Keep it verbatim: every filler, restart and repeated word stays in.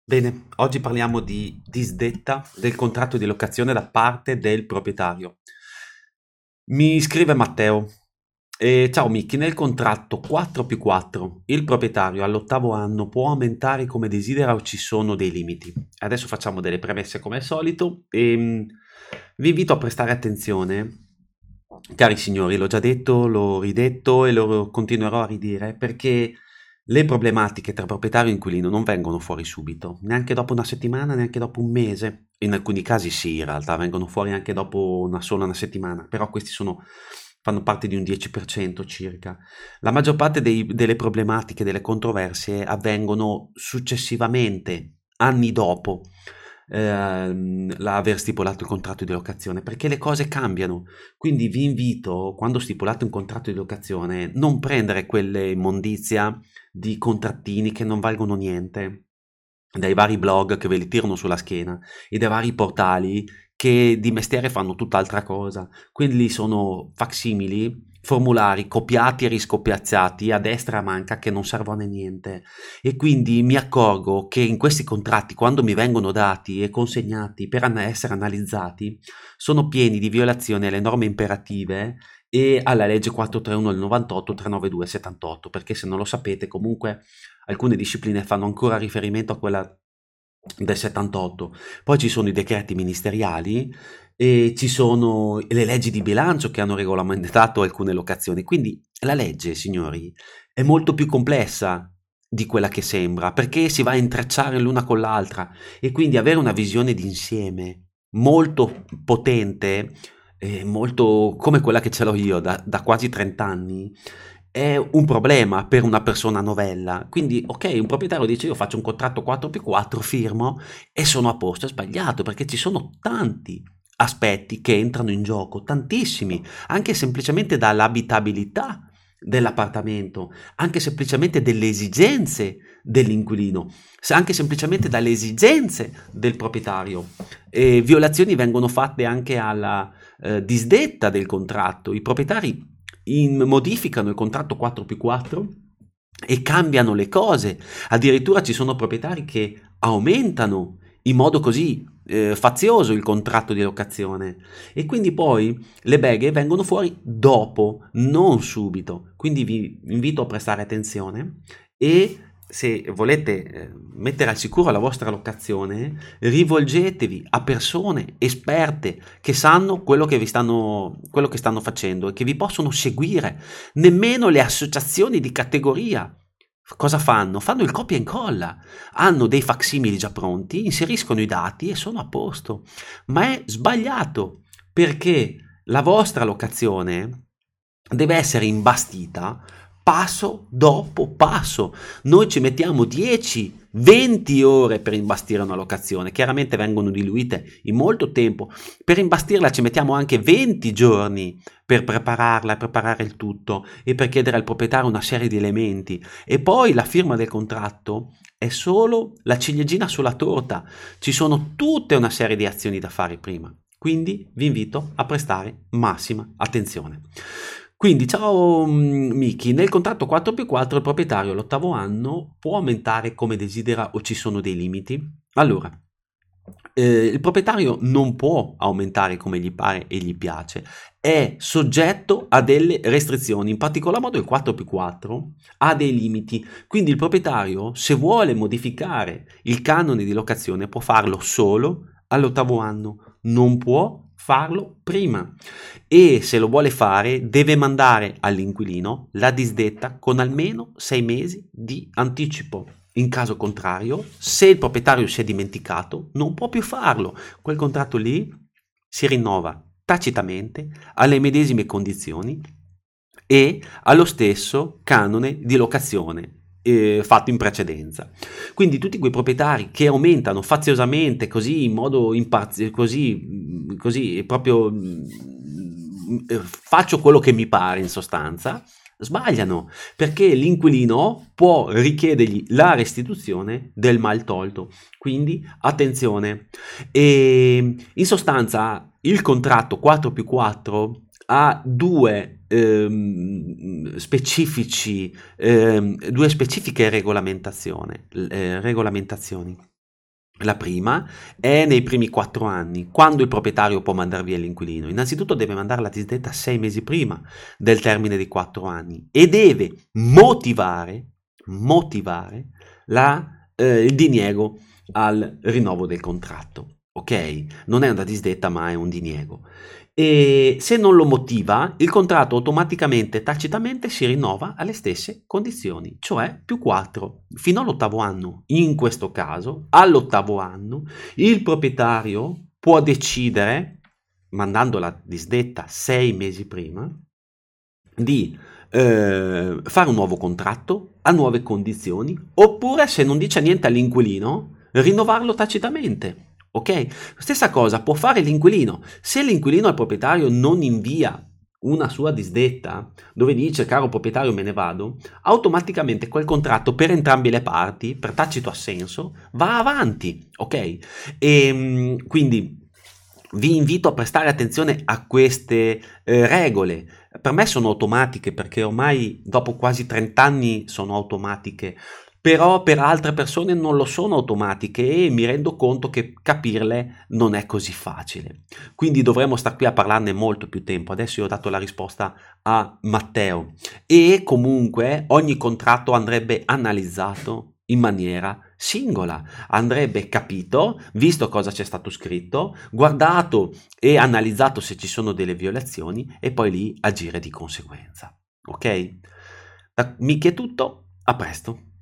Bene, oggi parliamo di disdetta del contratto di locazione da parte del proprietario. Mi scrive Matteo. E ciao Micchi, nel contratto quattro più quattro il proprietario all'ottavo anno può aumentare come desidera o ci sono dei limiti? Adesso facciamo delle premesse come al solito e mm, vi invito a prestare attenzione, cari signori, l'ho già detto, l'ho ridetto e lo continuerò a ridire perché le problematiche tra proprietario e inquilino non vengono fuori subito, neanche dopo una settimana, neanche dopo un mese. In alcuni casi sì, in realtà vengono fuori anche dopo una sola una settimana, però questi sono, fanno parte di un dieci per cento circa. La maggior parte dei- delle problematiche, delle controversie avvengono successivamente, anni dopo ehm, l'aver stipulato il contratto di locazione, perché le cose cambiano. Quindi vi invito, quando stipulate un contratto di locazione, non prendere quelle immondizia di contrattini che non valgono niente, dai vari blog che ve li tirano sulla schiena e dai vari portali che di mestiere fanno tutt'altra cosa. Quelli sono facsimili, formulari copiati e riscopiazzati a destra e a manca che non servono a niente. E quindi mi accorgo che in questi contratti, quando mi vengono dati e consegnati per an- essere analizzati, sono pieni di violazioni alle norme imperative e alla legge quattrocentotrentuno del novantotto, trecentonovantadue settantotto, perché se non lo sapete comunque alcune discipline fanno ancora riferimento a quella del settantotto. Poi ci sono i decreti ministeriali e ci sono le leggi di bilancio che hanno regolamentato alcune locazioni. Quindi la legge, signori, è molto più complessa di quella che sembra, perché si va a intrecciare l'una con l'altra e quindi avere una visione d'insieme molto potente, eh, molto come quella che ce l'ho io da, da quasi trenta anni, è un problema per una persona novella. Quindi, ok, un proprietario dice io faccio un contratto quattro più quattro, firmo e sono a posto. È sbagliato perché ci sono tanti aspetti che entrano in gioco, tantissimi, anche semplicemente dall'abitabilità dell'appartamento, anche semplicemente delle esigenze dell'inquilino, se- anche semplicemente dalle esigenze del proprietario. E violazioni vengono fatte anche alla eh, disdetta del contratto. I proprietari in- modificano il contratto quattro più quattro e cambiano le cose. Addirittura ci sono proprietari che aumentano in modo così eh, fazioso il contratto di locazione e quindi poi le beghe vengono fuori dopo, non subito. Quindi vi invito a prestare attenzione e se volete eh, mettere al sicuro la vostra locazione, rivolgetevi a persone esperte che sanno quello che vi stanno, quello che stanno facendo e che vi possono seguire. Nemmeno le associazioni di categoria cosa fanno? Fanno il copia e incolla, hanno dei facsimili già pronti, inseriscono i dati e sono a posto. Ma è sbagliato perché la vostra locazione deve essere imbastita passo dopo passo. Noi ci mettiamo dieci venti ore per imbastire una locazione, chiaramente vengono diluite in molto tempo. Per imbastirla ci mettiamo anche venti giorni per prepararla, preparare il tutto e per chiedere al proprietario una serie di elementi. E poi la firma del contratto è solo la ciliegina sulla torta. Ci sono tutta una serie di azioni da fare prima. Quindi vi invito a prestare massima attenzione. Quindi, ciao mm, Miki, nel contratto quattro più quattro il proprietario all'ottavo anno può aumentare come desidera o ci sono dei limiti? Allora, eh, il proprietario non può aumentare come gli pare e gli piace, è soggetto a delle restrizioni, in particolar modo il quattro più quattro ha dei limiti, quindi il proprietario se vuole modificare il canone di locazione può farlo solo all'ottavo anno, non può farlo prima e se lo vuole fare deve mandare all'inquilino la disdetta con almeno sei mesi di anticipo. In caso contrario, se il proprietario si è dimenticato, non può più farlo. Quel contratto lì si rinnova tacitamente alle medesime condizioni e allo stesso canone di locazione eh, fatto in precedenza. Quindi tutti quei proprietari che aumentano faziosamente così in modo imparziale, così, così proprio eh, faccio quello che mi pare in sostanza, sbagliano perché l'inquilino può richiedergli la restituzione del mal tolto. Quindi attenzione. E in sostanza il contratto quattro più quattro ha due ehm, specifici ehm, due specifiche regolamentazioni, eh, regolamentazioni. La prima è nei primi quattro anni, quando il proprietario può mandar via l'inquilino. Innanzitutto deve mandare la disdetta sei mesi prima del termine dei quattro anni e deve motivare, motivare la, eh, il diniego al rinnovo del contratto. Ok? Non è una disdetta, ma è un diniego. E se non lo motiva, il contratto automaticamente, tacitamente si rinnova alle stesse condizioni, cioè più quattro, fino all'ottavo anno. In questo caso, all'ottavo anno, il proprietario può decidere, mandando la disdetta sei mesi prima, di eh, fare un nuovo contratto a nuove condizioni, oppure se non dice niente all'inquilino, rinnovarlo tacitamente. Ok? Stessa cosa può fare l'inquilino. Se l'inquilino al proprietario non invia una sua disdetta dove dice caro proprietario me ne vado, automaticamente quel contratto per entrambe le parti, per tacito assenso, va avanti. Ok? E quindi vi invito a prestare attenzione a queste eh, regole. Per me sono automatiche perché ormai dopo quasi trenta anni sono automatiche, però per altre persone non lo sono automatiche e mi rendo conto che capirle non è così facile. Quindi dovremmo star qui a parlarne molto più tempo. Adesso io ho dato la risposta a Matteo e comunque ogni contratto andrebbe analizzato in maniera singola, andrebbe capito, visto cosa c'è stato scritto, guardato e analizzato se ci sono delle violazioni e poi lì agire di conseguenza. Ok? Da Michi è tutto, a presto.